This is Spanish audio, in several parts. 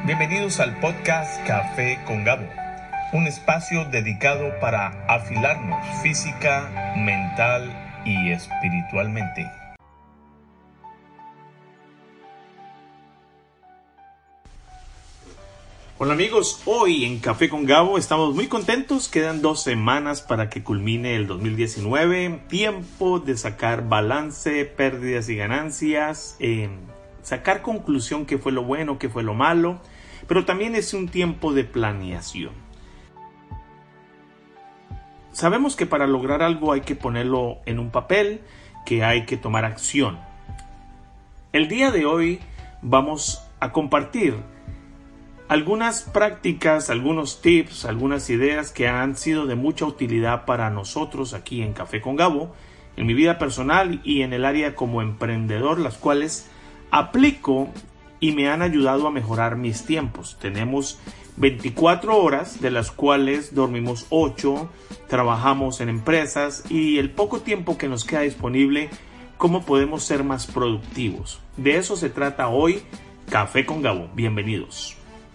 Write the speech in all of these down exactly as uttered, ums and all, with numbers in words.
Bienvenidos al podcast Café con Gabo, un espacio dedicado para afilarnos física, mental y espiritualmente. Hola amigos, hoy en Café con Gabo estamos muy contentos, quedan dos semanas para que culmine el dos mil diecinueve, tiempo de sacar balance, pérdidas y ganancias, eh, sacar conclusión qué fue lo bueno, qué fue lo malo, pero también es un tiempo de planeación. Sabemos que para lograr algo hay que ponerlo en un papel, que hay que tomar acción. El día de hoy vamos a compartir algunas prácticas, algunos tips, algunas ideas que han sido de mucha utilidad para nosotros aquí en Café con Gabo, en mi vida personal y en el área como emprendedor, las cuales aplico y me han ayudado a mejorar mis tiempos. Tenemos veinticuatro horas, de las cuales dormimos ocho, trabajamos en empresas y el poco tiempo que nos queda disponible, cómo podemos ser más productivos. De eso se trata hoy Café con Gabo. Bienvenidos.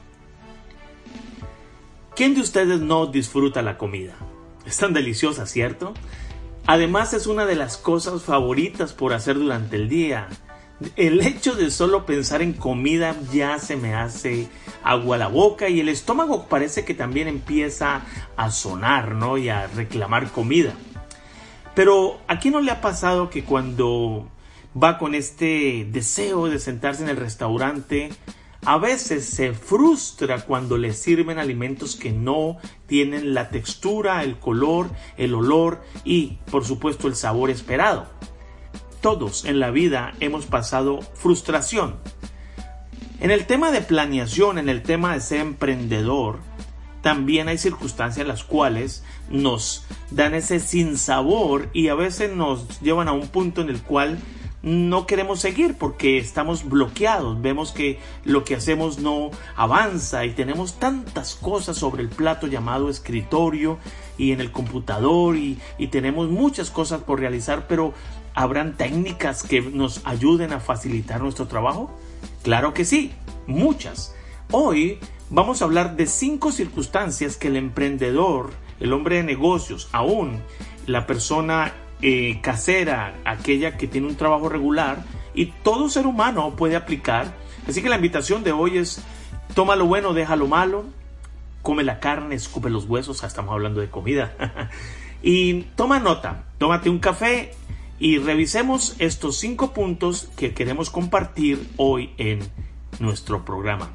¿Quién de ustedes no disfruta la comida? Es tan deliciosa, ¿cierto? Además es una de las cosas favoritas por hacer durante el día. El hecho de solo pensar en comida ya se me hace agua a la boca y el estómago parece que también empieza a sonar, ¿no? Y a reclamar comida. Pero ¿a quién no le ha pasado que cuando va con este deseo de sentarse en el restaurante, a veces se frustra cuando le sirven alimentos que no tienen la textura, el color, el olor y, por supuesto, el sabor esperado? Todos en la vida hemos pasado frustración. En el tema de planeación, en el tema de ser emprendedor, también hay circunstancias en las cuales nos dan ese sinsabor y a veces nos llevan a un punto en el cual no queremos seguir porque estamos bloqueados, vemos que lo que hacemos no avanza y tenemos tantas cosas sobre el plato llamado escritorio y en el computador y, y tenemos muchas cosas por realizar, pero ¿habrán técnicas que nos ayuden a facilitar nuestro trabajo? Claro que sí, muchas. Hoy vamos a hablar de cinco circunstancias que el emprendedor, el hombre de negocios, aún la persona Eh, casera, aquella que tiene un trabajo regular y todo ser humano puede aplicar. Así que la invitación de hoy es: toma lo bueno, deja lo malo, come la carne, escupe los huesos. Estamos hablando de comida. Y toma nota, tómate un café y revisemos estos cinco puntos que queremos compartir hoy en nuestro programa.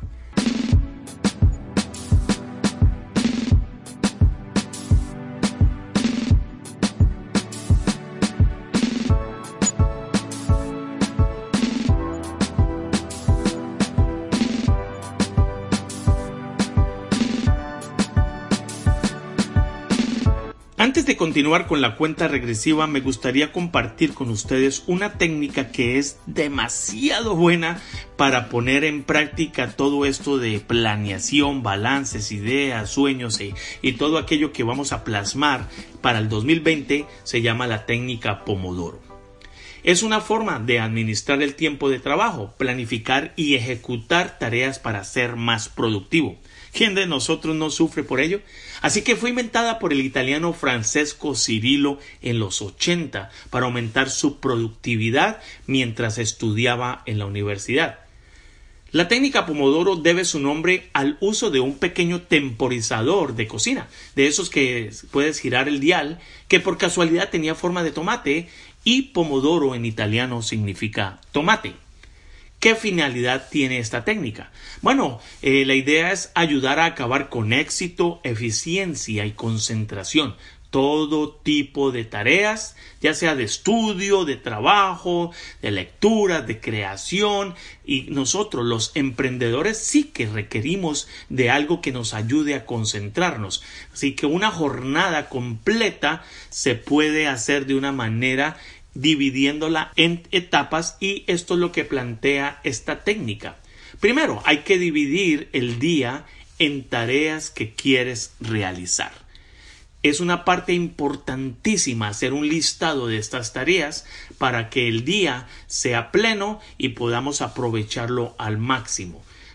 Antes de continuar con la cuenta regresiva, me gustaría compartir con ustedes una técnica que es demasiado buena para poner en práctica todo esto de planeación, balances, ideas, sueños y, y todo aquello que vamos a plasmar para el dos mil veinte. Se llama la técnica Pomodoro. Es una forma de administrar el tiempo de trabajo, planificar y ejecutar tareas para ser más productivo. ¿Quién de nosotros no sufre por ello? Así que fue inventada por el italiano Francesco Cirillo en los ochenta para aumentar su productividad mientras estudiaba en la universidad. La técnica Pomodoro debe su nombre al uso de un pequeño temporizador de cocina, de esos que puedes girar el dial, que por casualidad tenía forma de tomate, y Pomodoro en italiano significa tomate. ¿Qué finalidad tiene esta técnica? Bueno, eh, la idea es ayudar a acabar con éxito, eficiencia y concentración todo tipo de tareas, ya sea de estudio, de trabajo, de lectura, de creación, y nosotros los emprendedores sí que requerimos de algo que nos ayude a concentrarnos. Así que una jornada completa se puede hacer de una manera dividiéndola en etapas, y esto es lo que plantea esta técnica. Primero, hay que dividir el día en tareas que quieres realizar. Es una parte importantísima hacer un listado de estas tareas para que el día sea pleno y podamos aprovecharlo al máximo.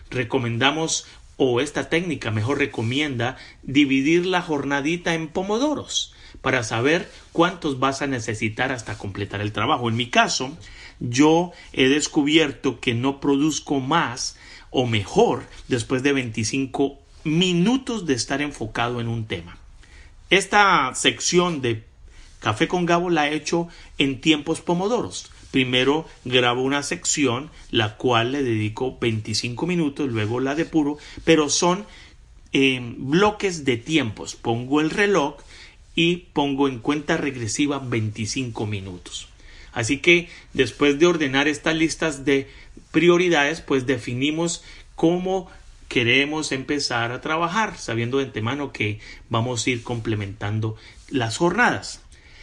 recomendamos, o esta técnica mejor recomienda, dividir la jornadita en pomodoros para saber cuántos vas a necesitar hasta completar el trabajo. En mi caso, yo he descubierto que no produzco más o mejor después de veinticinco minutos de estar enfocado en un tema. Esta sección de Café con Gabo la he hecho en tiempos pomodoros. Primero grabo una sección, la cual le dedico veinticinco minutos, luego la depuro, pero son eh, bloques de tiempos. Pongo el reloj y pongo en cuenta regresiva veinticinco minutos. Así que después de ordenar estas listas de prioridades, pues definimos cómo queremos empezar a trabajar, sabiendo de antemano que vamos a ir complementando las jornadas.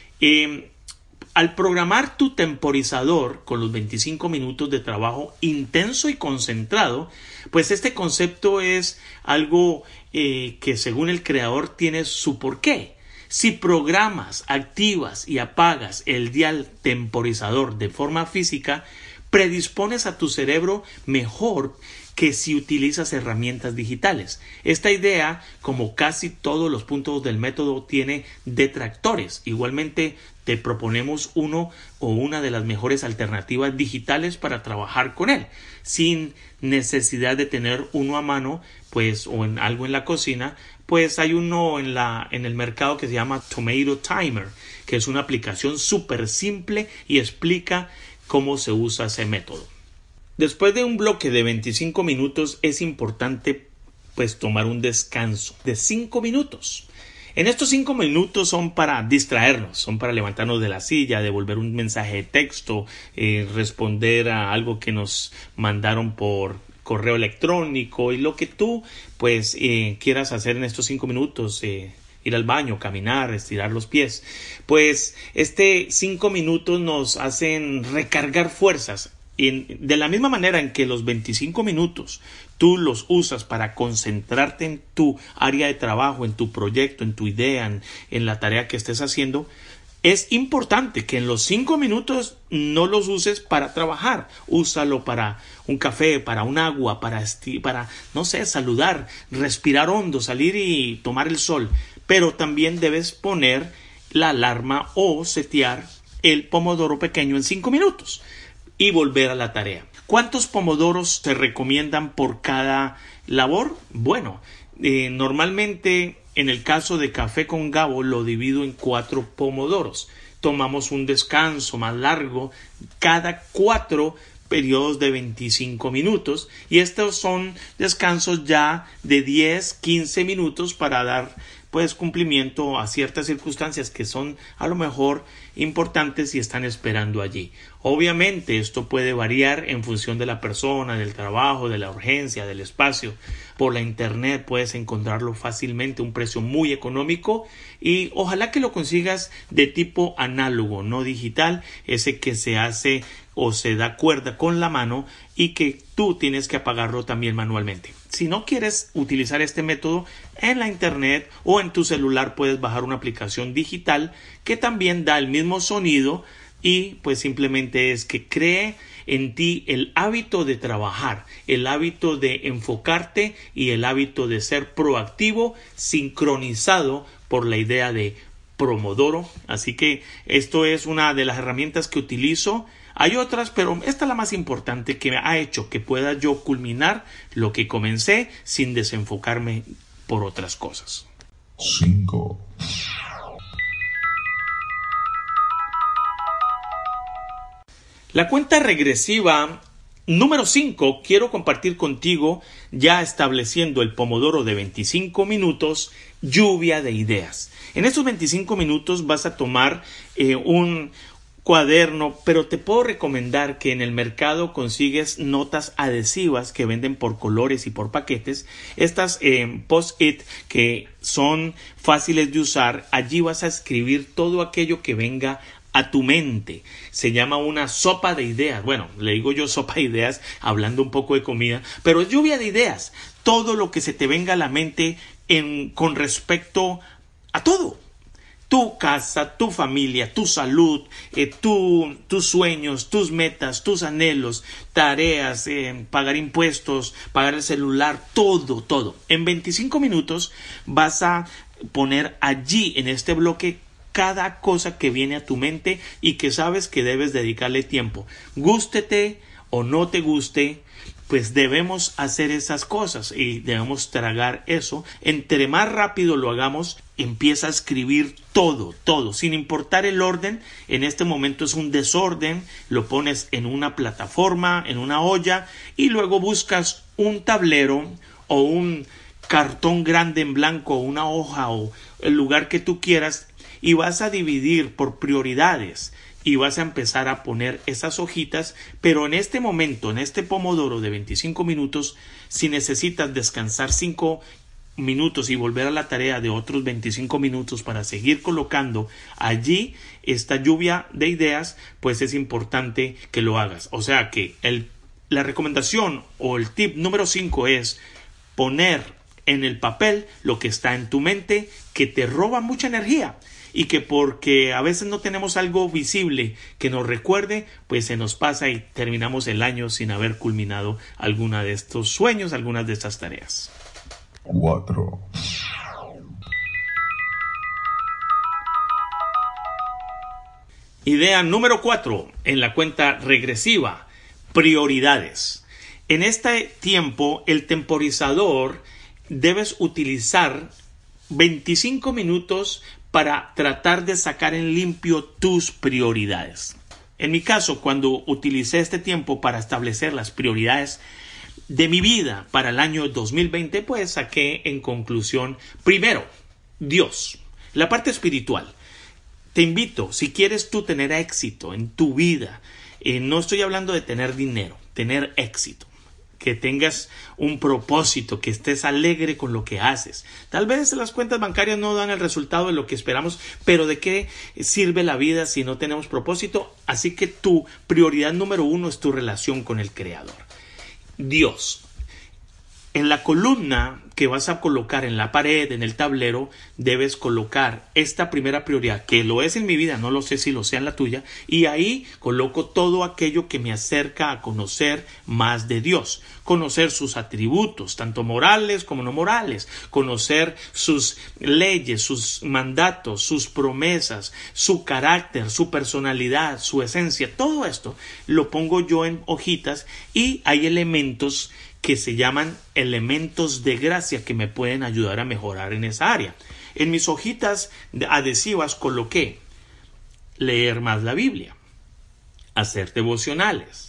Eh, al programar tu temporizador con los veinticinco minutos de trabajo intenso y concentrado, pues este concepto es algo eh, que según el creador tiene su porqué. Si programas, activas y apagas el dial temporizador de forma física, predispones a tu cerebro mejor que si utilizas herramientas digitales. Esta idea, como casi todos los puntos del método, tiene detractores. Igualmente, te proponemos uno o una de las mejores alternativas digitales para trabajar con él, sin necesidad de tener uno a mano, pues, o en algo en la cocina. Pues hay uno en la en el mercado que se llama Tomato Timer, que es una aplicación súper simple y explica cómo se usa ese método. Después de un bloque de veinticinco minutos es importante pues tomar un descanso de cinco minutos. En estos cinco minutos son para distraernos, son para levantarnos de la silla, devolver un mensaje de texto, eh, responder a algo que nos mandaron por correo electrónico y lo que tú pues eh, quieras hacer en estos cinco minutos, eh, ir al baño, caminar, estirar los pies. Pues este cinco minutos nos hacen recargar fuerzas. En, de la misma manera en que los veinticinco minutos tú los usas para concentrarte en tu área de trabajo, en tu proyecto, en tu idea, en, en la tarea que estés haciendo, es importante que en los cinco minutos no los uses para trabajar. Úsalo para un café, para un agua, para, esti- para no sé, saludar, respirar hondo, salir y tomar el sol. Pero también debes poner la alarma o setear el pomodoro pequeño en cinco minutos. Y volver a la tarea. ¿Cuántos pomodoros se recomiendan por cada labor? Bueno, eh, normalmente en el caso de Café con Gabo lo divido en cuatro pomodoros. Tomamos un descanso más largo cada cuatro periodos de veinticinco minutos y estos son descansos ya de diez, quince minutos para dar pues cumplimiento a ciertas circunstancias que son a lo mejor importantes y están esperando allí. Obviamente esto puede variar en función de la persona, del trabajo, de la urgencia, del espacio. Por la internet puedes encontrarlo fácilmente a un precio muy económico y ojalá que lo consigas de tipo análogo, no digital, ese que se hace o se da cuerda con la mano y que tú tienes que apagarlo también manualmente. Si no quieres utilizar este método, en la internet o en tu celular puedes bajar una aplicación digital que también da el mismo sonido y pues simplemente es que cree en ti el hábito de trabajar, el hábito de enfocarte y el hábito de ser proactivo, sincronizado por la idea de Pomodoro. Así que esto es una de las herramientas que utilizo. Hay otras, pero esta es la más importante que me ha hecho que pueda yo culminar lo que comencé sin desenfocarme por otras cosas. cinco. La cuenta regresiva número cinco quiero compartir contigo, ya estableciendo el pomodoro de veinticinco minutos, lluvia de ideas. En estos veinticinco minutos vas a tomar eh, un cuaderno, pero te puedo recomendar que en el mercado consigues notas adhesivas que venden por colores y por paquetes. Estas eh, post-it que son fáciles de usar, allí vas a escribir todo aquello que venga a tu mente. Se llama una sopa de ideas. Bueno, le digo yo sopa de ideas hablando un poco de comida, pero es lluvia de ideas. Todo lo que se te venga a la mente en, con respecto a todo. tu casa, tu familia, tu salud, eh, tu, tus sueños, tus metas, tus anhelos, tareas, eh, pagar impuestos, pagar el celular, todo, todo. En veinticinco minutos vas a poner allí en este bloque cada cosa que viene a tu mente y que sabes que debes dedicarle tiempo. Gústete o no te guste, pues debemos hacer esas cosas y debemos tragar eso. Entre más rápido lo hagamos, empieza a escribir todo, todo, sin importar el orden. En este momento es un desorden, lo pones en una plataforma, en una olla, y luego buscas un tablero o un cartón grande en blanco, una hoja o el lugar que tú quieras, y vas a dividir por prioridades y vas a empezar a poner esas hojitas. Pero en este momento, en este pomodoro de veinticinco minutos, si necesitas descansar cinco minutos y volver a la tarea de otros veinticinco minutos para seguir colocando allí esta lluvia de ideas, pues es importante que lo hagas. O sea que el, la recomendación o el tip número cinco es poner en el papel lo que está en tu mente, que te roba mucha energía, y que porque a veces no tenemos algo visible que nos recuerde, pues se nos pasa y terminamos el año sin haber culminado alguna de estos sueños, algunas de estas tareas. cuatro. Idea número cuatro en la cuenta regresiva: prioridades. En este tiempo, el temporizador debes utilizar veinticinco minutos para tratar de sacar en limpio tus prioridades. En mi caso, cuando utilicé este tiempo para establecer las prioridades de mi vida para el año dos mil veinte, pues saqué en conclusión, primero, Dios, la parte espiritual. Te invito, si quieres tú tener éxito en tu vida, eh, no estoy hablando de tener dinero, tener éxito, que tengas un propósito, que estés alegre con lo que haces. Tal vez las cuentas bancarias no dan el resultado de lo que esperamos, pero ¿de qué sirve la vida si no tenemos propósito? Así que tu prioridad número uno es tu relación con el Creador, Dios. En la columna que vas a colocar en la pared, en el tablero, debes colocar esta primera prioridad, que lo es en mi vida, no lo sé si lo sea en la tuya, y ahí coloco todo aquello que me acerca a conocer más de Dios, conocer sus atributos, tanto morales como no morales, conocer sus leyes, sus mandatos, sus promesas, su carácter, su personalidad, su esencia. Todo esto lo pongo yo en hojitas, y hay elementos que se llaman elementos de gracia que me pueden ayudar a mejorar en esa área. En mis hojitas adhesivas coloqué leer más la Biblia, hacer devocionales,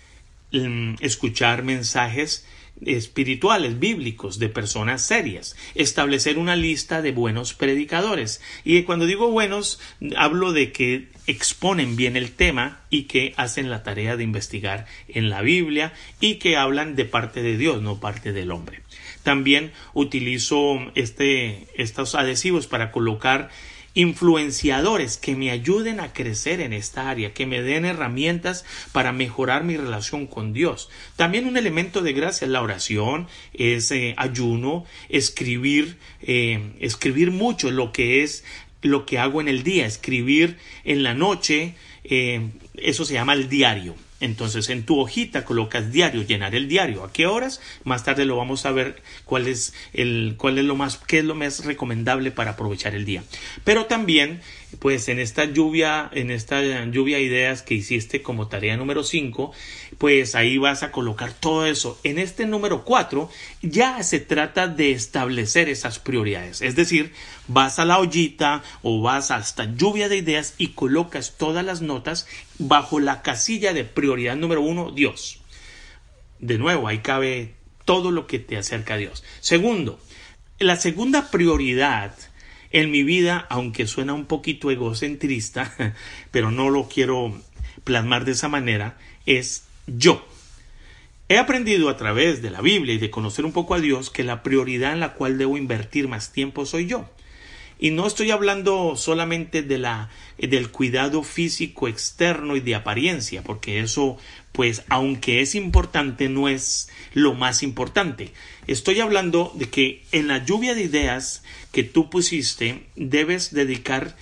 escuchar mensajes espirituales, bíblicos, de personas serias, establecer una lista de buenos predicadores. Y cuando digo buenos, hablo de que exponen bien el tema y que hacen la tarea de investigar en la Biblia y que hablan de parte de Dios, no parte del hombre. También utilizo este, estos adhesivos para colocar influenciadores que me ayuden a crecer en esta área, que me den herramientas para mejorar mi relación con Dios. También un elemento de gracia es la oración, es eh, ayuno, escribir, eh, escribir mucho lo que es lo que hago en el día, escribir en la noche, eh, eso se llama el diario. Entonces, en tu hojita colocas diario, llenar el diario. ¿A qué horas? Más tarde lo vamos a ver cuál es el, cuál es lo más, qué es lo más recomendable para aprovechar el día. Pero también, pues en esta lluvia, en esta lluvia de ideas que hiciste como tarea número cinco, pues ahí vas a colocar todo eso. En este número cuatro ya se trata de establecer esas prioridades. Es decir, vas a la ollita o vas a esta lluvia de ideas y colocas todas las notas bajo la casilla de prioridad número uno, Dios. De nuevo, ahí cabe todo lo que te acerca a Dios. Segundo, la segunda prioridad en mi vida, aunque suena un poquito egocentrista, pero no lo quiero plasmar de esa manera, es yo. He aprendido a través de la Biblia y de conocer un poco a Dios que la prioridad en la cual debo invertir más tiempo soy yo. Y no estoy hablando solamente de la, del cuidado físico externo y de apariencia, porque eso, pues, aunque es importante, no es lo más importante. Estoy hablando de que en la lluvia de ideas que tú pusiste, debes dedicar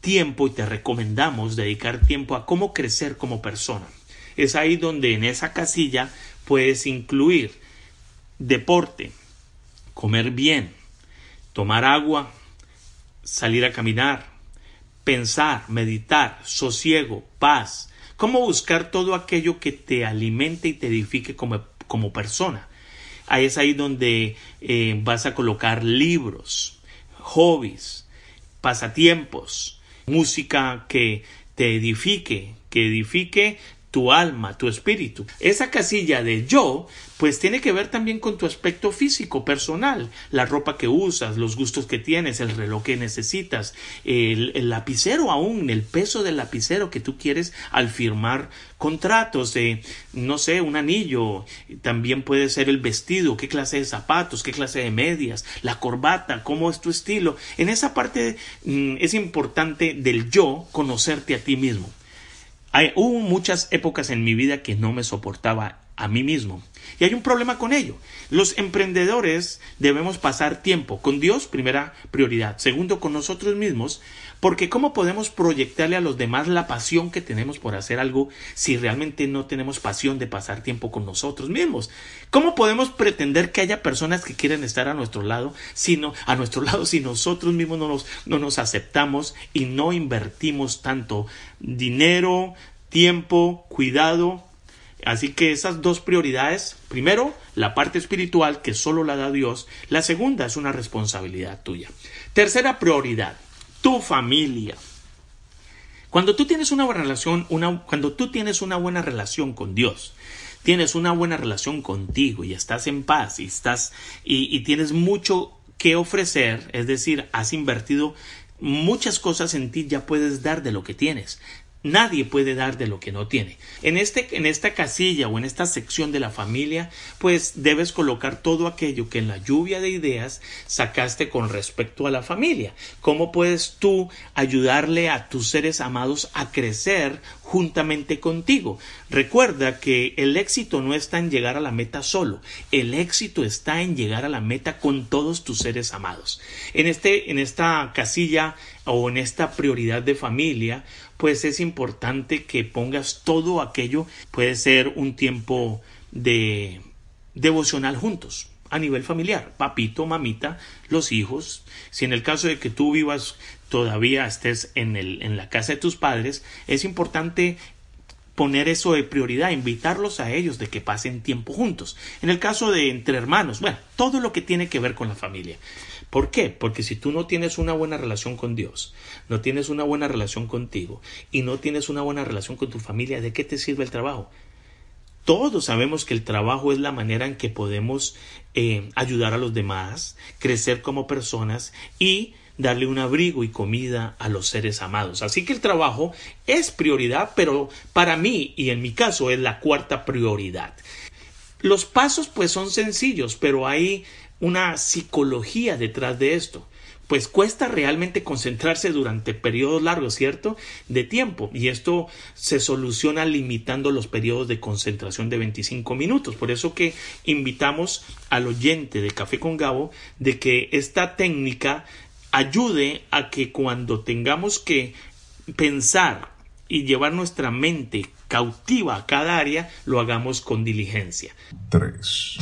tiempo y te recomendamos dedicar tiempo a cómo crecer como persona. Es ahí donde en esa casilla puedes incluir deporte, comer bien, tomar agua, salir a caminar, pensar, meditar, sosiego, paz. Cómo buscar todo aquello que te alimente y te edifique como, como persona. Ahí es ahí donde eh, vas a colocar libros, hobbies, pasatiempos, música que te edifique, que edifique tu alma, tu espíritu. Esa casilla de yo, pues tiene que ver también con tu aspecto físico, personal, la ropa que usas, los gustos que tienes, el reloj que necesitas, el, el lapicero aún, el peso del lapicero que tú quieres al firmar contratos, eh, no sé, un anillo, también puede ser el vestido, qué clase de zapatos, qué clase de medias, la corbata, cómo es tu estilo. En esa parte mm, es importante del yo conocerte a ti mismo. Hay, hubo muchas épocas en mi vida que no me soportaba a mí mismo. Y hay un problema con ello. Los emprendedores debemos pasar tiempo con Dios, primera prioridad. Segundo, con nosotros mismos, porque ¿cómo podemos proyectarle a los demás la pasión que tenemos por hacer algo si realmente no tenemos pasión de pasar tiempo con nosotros mismos? ¿Cómo podemos pretender que haya personas que quieren estar a nuestro lado, si no, a nuestro lado si nosotros mismos no nos, no nos aceptamos y no invertimos tanto dinero, tiempo, cuidado? Así que esas dos prioridades, primero, la parte espiritual que solo la da Dios, la segunda es una responsabilidad tuya. Tercera prioridad, tu familia. Cuando tú tienes una buena relación, una, cuando tú tienes una buena relación con Dios, tienes una buena relación contigo y estás en paz y estás y, y tienes mucho que ofrecer, es decir, has invertido muchas cosas en ti, ya puedes dar de lo que tienes. Nadie puede dar de lo que no tiene. En, este, en esta casilla o en esta sección de la familia, pues debes colocar todo aquello que en la lluvia de ideas sacaste con respecto a la familia. ¿Cómo puedes tú ayudarle a tus seres amados a crecer juntamente contigo? Recuerda que el éxito no está en llegar a la meta solo. El éxito está en llegar a la meta con todos tus seres amados. En, este, en esta casilla o en esta prioridad de familia, pues es importante que pongas todo aquello. Puede ser un tiempo de devocional juntos a nivel familiar, papito, mamita, los hijos. Si en el caso de que tú vivas todavía estés en, el, en la casa de tus padres, es importante poner eso de prioridad, invitarlos a ellos de que pasen tiempo juntos. En el caso de entre hermanos, bueno, todo lo que tiene que ver con la familia. ¿Por qué? Porque si tú no tienes una buena relación con Dios, no tienes una buena relación contigo y no tienes una buena relación con tu familia, ¿de qué te sirve el trabajo? Todos sabemos que el trabajo es la manera en que podemos eh, ayudar a los demás, crecer como personas y darle un abrigo y comida a los seres amados. Así que el trabajo es prioridad, pero para mí y en mi caso es la cuarta prioridad. Los pasos pues son sencillos, pero hay una psicología detrás de esto. Pues cuesta realmente concentrarse durante periodos largos, ¿cierto?, de tiempo. Y esto se soluciona limitando los periodos de concentración de veinticinco minutos. Por eso que invitamos al oyente de Café con Gabo de que esta técnica ayude a que cuando tengamos que pensar y llevar nuestra mente cautiva a cada área, lo hagamos con diligencia. tres.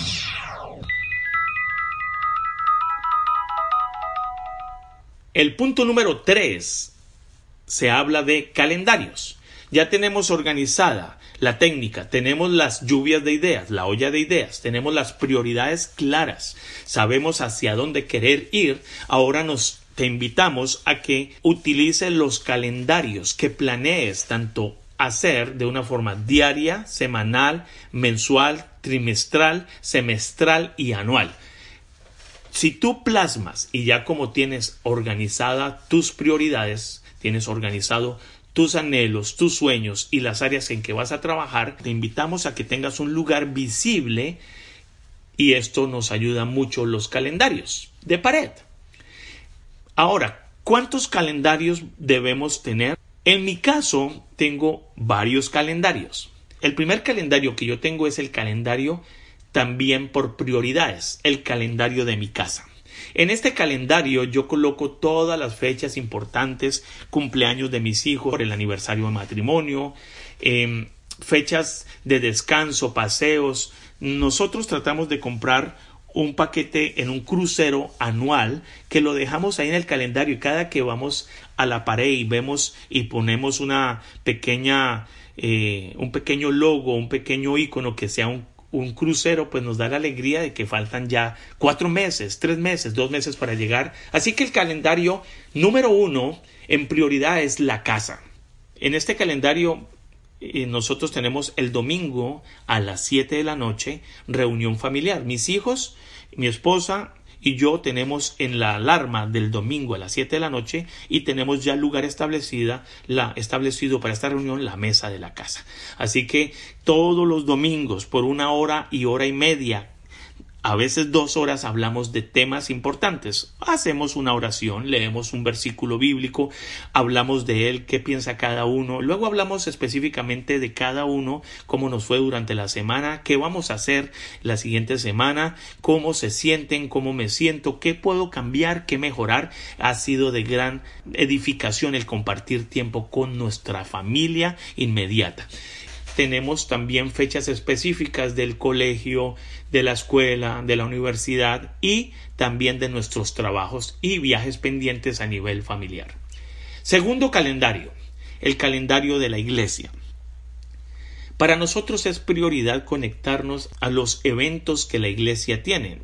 El punto número tres se habla de calendarios. Ya tenemos organizada la técnica, tenemos las lluvias de ideas, la olla de ideas, tenemos las prioridades claras, sabemos hacia dónde querer ir. Ahora nos te invitamos a que utilices los calendarios, que planees tanto hacer de una forma diaria, semanal, mensual, trimestral, semestral y anual. Si tú plasmas y ya como tienes organizada tus prioridades, tienes organizado tus anhelos, tus sueños y las áreas en que vas a trabajar, te invitamos a que tengas un lugar visible y esto nos ayuda mucho los calendarios de pared. Ahora, ¿cuántos calendarios debemos tener? En mi caso, tengo varios calendarios. El primer calendario que yo tengo es el calendario también por prioridades, el calendario de mi casa. En este calendario yo coloco todas las fechas importantes, cumpleaños de mis hijos, el aniversario de matrimonio, eh, fechas de descanso, paseos. Nosotros tratamos de comprar un paquete en un crucero anual que lo dejamos ahí en el calendario, y cada que vamos a la pared y vemos y ponemos una pequeña eh, un pequeño logo, un pequeño icono que sea un, un crucero, pues nos da la alegría de que faltan ya cuatro meses, tres meses, dos meses para llegar. Así que el calendario número uno en prioridad es la casa. En este calendario eh, nosotros tenemos el domingo a las siete de la noche reunión familiar. Mis hijos, mi esposa y yo tenemos en la alarma del domingo a las siete de la noche, y tenemos ya lugar establecida, la, establecido para esta reunión la mesa de la casa. Así que todos los domingos por una hora y hora y media, a veces dos horas, hablamos de temas importantes. Hacemos una oración, leemos un versículo bíblico, hablamos de él, qué piensa cada uno. Luego hablamos específicamente de cada uno, cómo nos fue durante la semana, qué vamos a hacer la siguiente semana, cómo se sienten, cómo me siento, qué puedo cambiar, qué mejorar. Ha sido de gran edificación el compartir tiempo con nuestra familia inmediata. Tenemos también fechas específicas del colegio, de la escuela, de la universidad y también de nuestros trabajos y viajes pendientes a nivel familiar. Segundo calendario, el calendario de la iglesia. Para nosotros es prioridad conectarnos a los eventos que la iglesia tiene.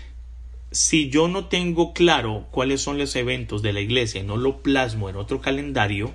Si yo no tengo claro cuáles son los eventos de la iglesia y no lo plasmo en otro calendario,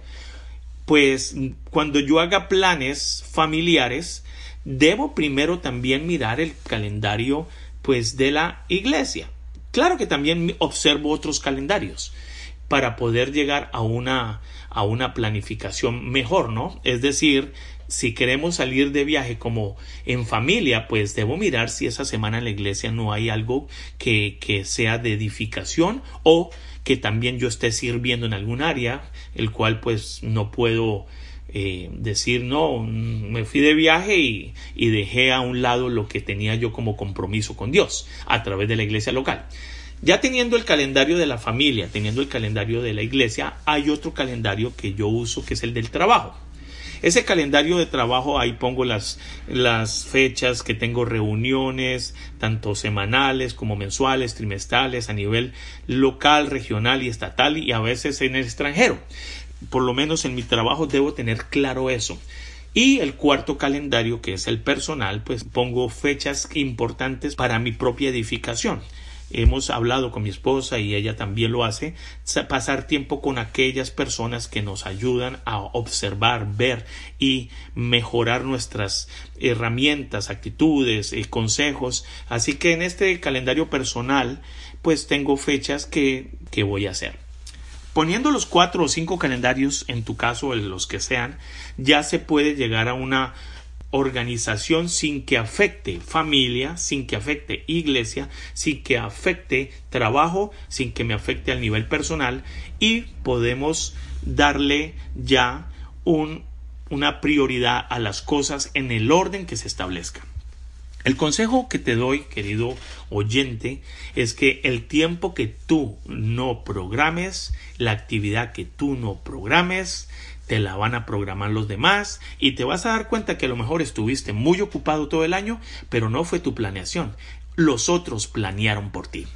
pues cuando yo haga planes familiares, debo primero también mirar el calendario pues de la iglesia. Claro que también observo otros calendarios para poder llegar a una, a una planificación mejor, ¿no? Es decir, si queremos salir de viaje como en familia, pues debo mirar si esa semana en la iglesia no hay algo que, que sea de edificación, o que también yo esté sirviendo en algún área, el cual pues no puedo eh, decir no, me fui de viaje y, y dejé a un lado lo que tenía yo como compromiso con Dios a través de la iglesia local. Ya teniendo el calendario de la familia, teniendo el calendario de la iglesia, hay otro calendario que yo uso, que es el del trabajo. Ese calendario de trabajo, ahí pongo las, las fechas que tengo reuniones, tanto semanales como mensuales, trimestrales, a nivel local, regional y estatal, y a veces en el extranjero. Por lo menos en mi trabajo debo tener claro eso. Y el cuarto calendario, que es el personal, pues pongo fechas importantes para mi propia edificación. Hemos hablado con mi esposa y ella también lo hace, pasar tiempo con aquellas personas que nos ayudan a observar, ver y mejorar nuestras herramientas, actitudes, eh, consejos. Así que en este calendario personal pues tengo fechas que, que voy a hacer. Poniendo los cuatro o cinco calendarios, en tu caso los que sean, ya se puede llegar a una organización sin que afecte familia, sin que afecte iglesia, sin que afecte trabajo, sin que me afecte al nivel personal, y podemos darle ya un, una prioridad a las cosas en el orden que se establezca. El consejo que te doy, querido oyente, es que el tiempo que tú no programes, la actividad que tú no programes, te la van a programar los demás, y te vas a dar cuenta que a lo mejor estuviste muy ocupado todo el año, pero no fue tu planeación. Los otros planearon por ti.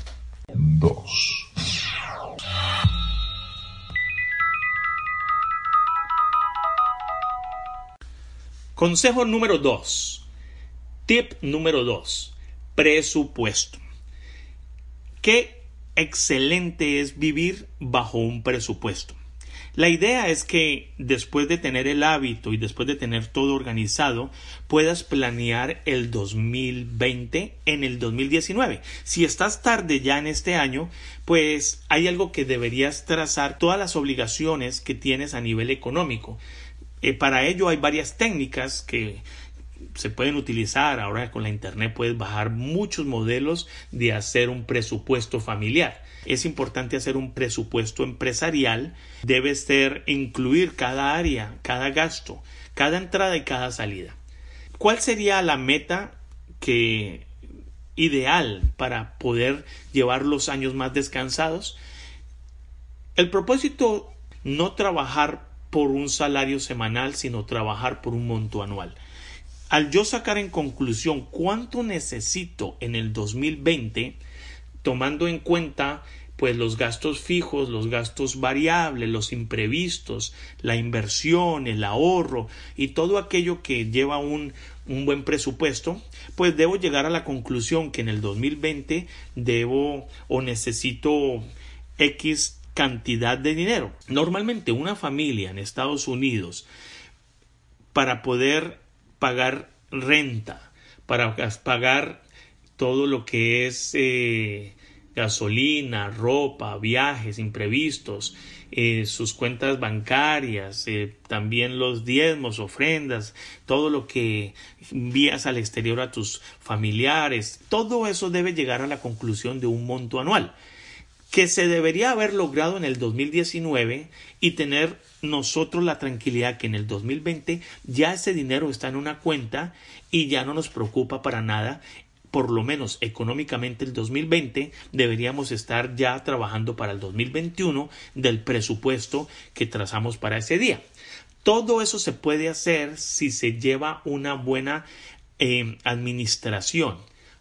Dos. Consejo número dos. Tip número dos. Presupuesto. Qué excelente es vivir bajo un presupuesto. La idea es que después de tener el hábito y después de tener todo organizado, puedas planear el dos mil veinte en el dos mil diecinueve. Si estás tarde ya en este año, pues hay algo que deberías trazar, todas las obligaciones que tienes a nivel económico. Eh, para ello hay varias técnicas que se pueden utilizar. Ahora con la internet puedes bajar muchos modelos de hacer un presupuesto familiar. Es importante hacer un presupuesto empresarial. Debe ser incluir cada área, cada gasto, cada entrada y cada salida. ¿Cuál sería la meta que ideal para poder llevar los años más descansados. El propósito, no trabajar por un salario semanal, sino trabajar por un monto anual. Al yo sacar en conclusión cuánto necesito en el dos mil veinte, tomando en cuenta pues los gastos fijos, los gastos variables, los imprevistos, la inversión, el ahorro y todo aquello que lleva un, un buen presupuesto, pues debo llegar a la conclusión que en el dos mil veinte debo o necesito X cantidad de dinero. Normalmente una familia en Estados Unidos, para poder pagar renta, para pagar todo lo que es eh, gasolina, ropa, viajes, imprevistos, eh, sus cuentas bancarias, eh, también los diezmos, ofrendas, todo lo que envías al exterior a tus familiares, todo eso debe llegar a la conclusión de un monto anual que se debería haber logrado en el dos mil diecinueve y tener nosotros la tranquilidad que en el dos mil veinte ya ese dinero está en una cuenta y ya no nos preocupa para nada. Por lo menos económicamente el dos mil veinte deberíamos estar ya trabajando para el dos mil veintiuno del presupuesto que trazamos para ese día. Todo eso se puede hacer si se lleva una buena eh, administración.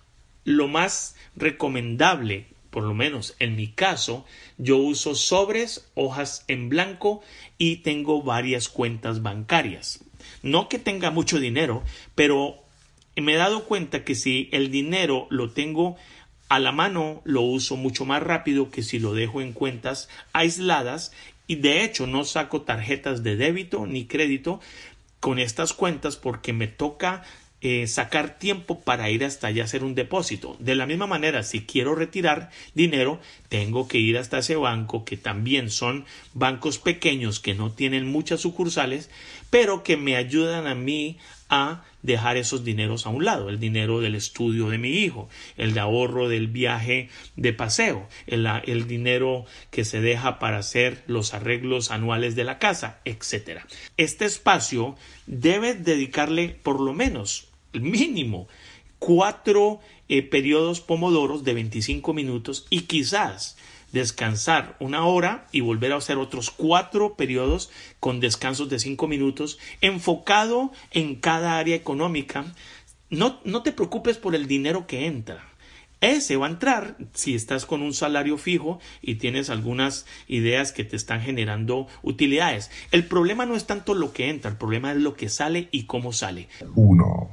Lo más recomendable, por lo menos en mi caso, yo uso sobres, hojas en blanco y tengo varias cuentas bancarias. No que tenga mucho dinero, pero me he dado cuenta que si el dinero lo tengo a la mano, lo uso mucho más rápido que si lo dejo en cuentas aisladas, y de hecho no saco tarjetas de débito ni crédito con estas cuentas porque me toca Eh, sacar tiempo para ir hasta allá a hacer un depósito. De la misma manera, si quiero retirar dinero, tengo que ir hasta ese banco, que también son bancos pequeños que no tienen muchas sucursales, pero que me ayudan a mí a dejar esos dineros a un lado. El dinero del estudio de mi hijo, el de ahorro del viaje de paseo, el, el dinero que se deja para hacer los arreglos anuales de la casa, etcétera. Este espacio debe dedicarle por lo menos el mínimo cuatro eh, periodos pomodoros de veinticinco minutos y quizás descansar una hora y volver a hacer otros cuatro periodos con descansos de cinco minutos enfocado en cada área económica. No, no te preocupes por el dinero que entra. Ese va a entrar si estás con un salario fijo y tienes algunas ideas que te están generando utilidades. El problema no es tanto lo que entra, el problema es lo que sale y cómo sale. Uno.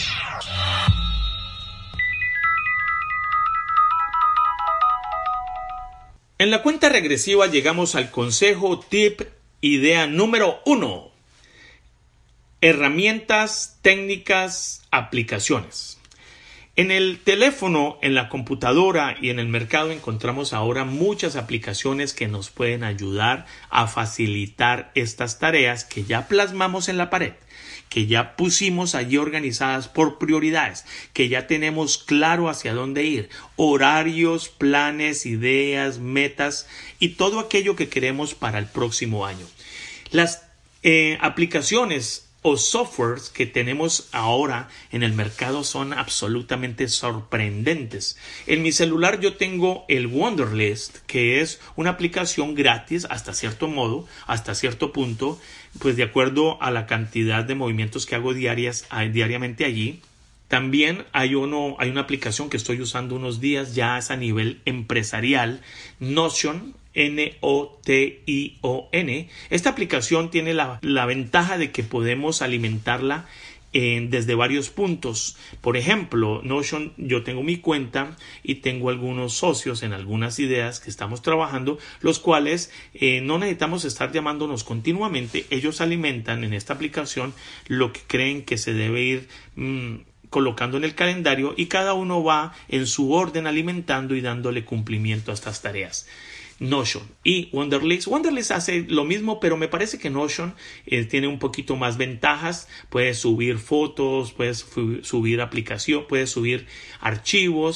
En la cuenta regresiva llegamos al consejo, tip, idea número uno. Herramientas, técnicas, aplicaciones. En el teléfono, en la computadora y en el mercado encontramos ahora muchas aplicaciones que nos pueden ayudar a facilitar estas tareas que ya plasmamos en la pared, que ya pusimos allí organizadas por prioridades, que ya tenemos claro hacia dónde ir, horarios, planes, ideas, metas y todo aquello que queremos para el próximo año. Las eh, aplicaciones o softwares que tenemos ahora en el mercado son absolutamente sorprendentes. En mi celular yo tengo el Wunderlist, que es una aplicación gratis hasta cierto modo, hasta cierto punto, pues de acuerdo a la cantidad de movimientos que hago diarias, diariamente allí. También hay, uno, hay una aplicación que estoy usando unos días, ya es a nivel empresarial, Notion, N O T I O N. Esta aplicación tiene la, la ventaja de que podemos alimentarla eh, desde varios puntos. Por ejemplo, Notion, yo tengo mi cuenta y tengo algunos socios en algunas ideas que estamos trabajando, los cuales eh, no necesitamos estar llamándonos continuamente. Ellos alimentan en esta aplicación lo que creen que se debe ir mmm, colocando en el calendario y cada uno va en su orden alimentando y dándole cumplimiento a estas tareas. Notion y Wunderlist. Wunderlist hace lo mismo, pero me parece que Notion eh, tiene un poquito más ventajas. Puedes subir fotos, puedes subir aplicación, puedes subir archivos.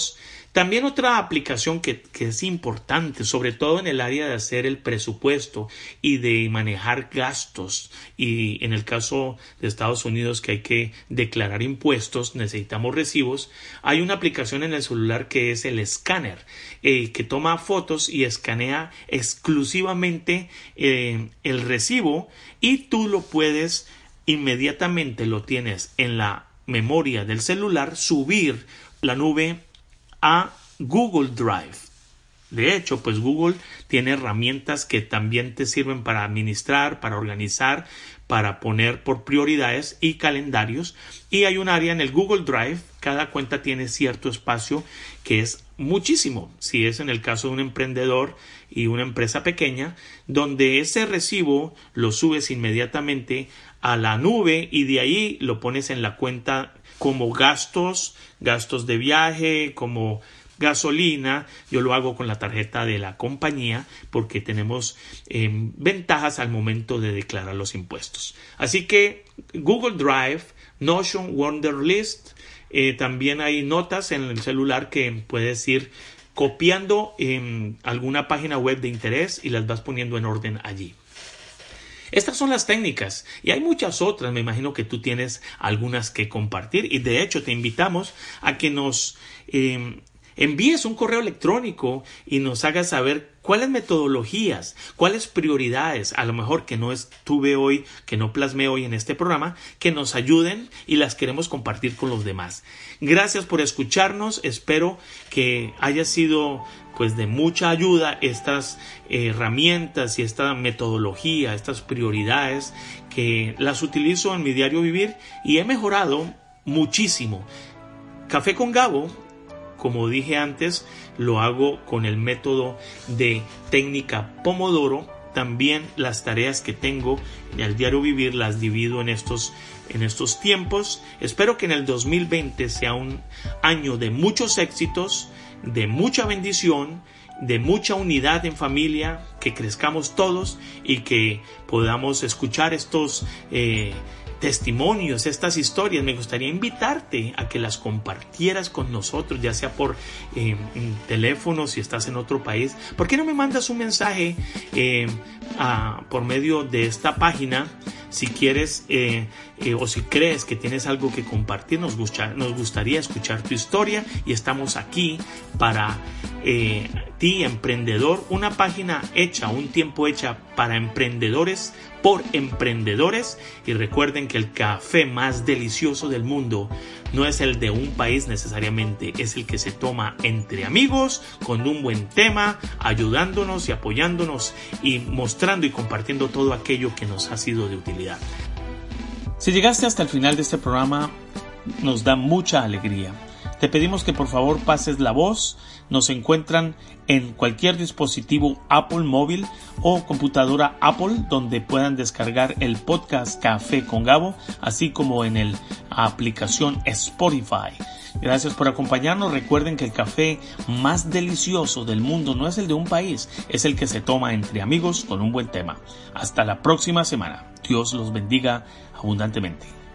También otra aplicación que, que es importante, sobre todo en el área de hacer el presupuesto y de manejar gastos, y en el caso de Estados Unidos que hay que declarar impuestos, necesitamos recibos, hay una aplicación en el celular que es el escáner, eh, que toma fotos y escanea exclusivamente eh, el recibo, y tú lo puedes inmediatamente, lo tienes en la memoria del celular, subir la nube a Google Drive. De hecho, pues Google tiene herramientas que también te sirven para administrar, para organizar, para poner por prioridades y calendarios, y hay un área en el Google Drive, cada cuenta tiene cierto espacio que es muchísimo, si es en el caso de un emprendedor y una empresa pequeña, donde ese recibo lo subes inmediatamente a la nube y de ahí lo pones en la cuenta como gastos, gastos de viaje, como gasolina. Yo lo hago con la tarjeta de la compañía porque tenemos eh, ventajas al momento de declarar los impuestos. Así que Google Drive, Notion, Wunderlist, eh, también hay notas en el celular que puedes ir copiando en alguna página web de interés y las vas poniendo en orden allí. Estas son las técnicas y hay muchas otras, me imagino que tú tienes algunas que compartir, y de hecho te invitamos a que nos eh, envíes un correo electrónico y nos hagas saber cuáles metodologías, cuáles prioridades, a lo mejor que no estuve hoy, que no plasmé hoy en este programa, que nos ayuden y las queremos compartir con los demás. Gracias por escucharnos, espero que haya sido pues de mucha ayuda estas herramientas y esta metodología, estas prioridades que las utilizo en mi diario vivir y he mejorado muchísimo. Café con Gabo, como dije antes, lo hago con el método de técnica Pomodoro. También las tareas que tengo en el diario vivir las divido en estos, en estos tiempos. Espero que en el dos mil veinte sea un año de muchos éxitos, de mucha bendición, de mucha unidad en familia, que crezcamos todos y que podamos escuchar estos eh, testimonios, estas historias. Me gustaría invitarte a que las compartieras con nosotros, ya sea por eh, teléfono, si estás en otro país. ¿Por qué no me mandas un mensaje eh, a, por medio de esta página? Si quieres eh, eh, o si crees que tienes algo que compartir, nos, gusta, nos gustaría escuchar tu historia y estamos aquí para eh, ti, emprendedor, una página hecha, un tiempo hecha para emprendedores, por emprendedores. Y recuerden que el café más delicioso del mundo no es el de un país necesariamente, es el que se toma entre amigos, con un buen tema, ayudándonos y apoyándonos y mostrando y compartiendo todo aquello que nos ha sido de utilidad. Si llegaste hasta el final de este programa, nos da mucha alegría. Te pedimos que por favor pases la voz. Nos encuentran en cualquier dispositivo Apple móvil o computadora Apple, donde puedan descargar el podcast Café con Gabo, así como en la aplicación Spotify. Gracias por acompañarnos. Recuerden que el café más delicioso del mundo no es el de un país, es el que se toma entre amigos con un buen tema. Hasta la próxima semana. Dios los bendiga abundantemente.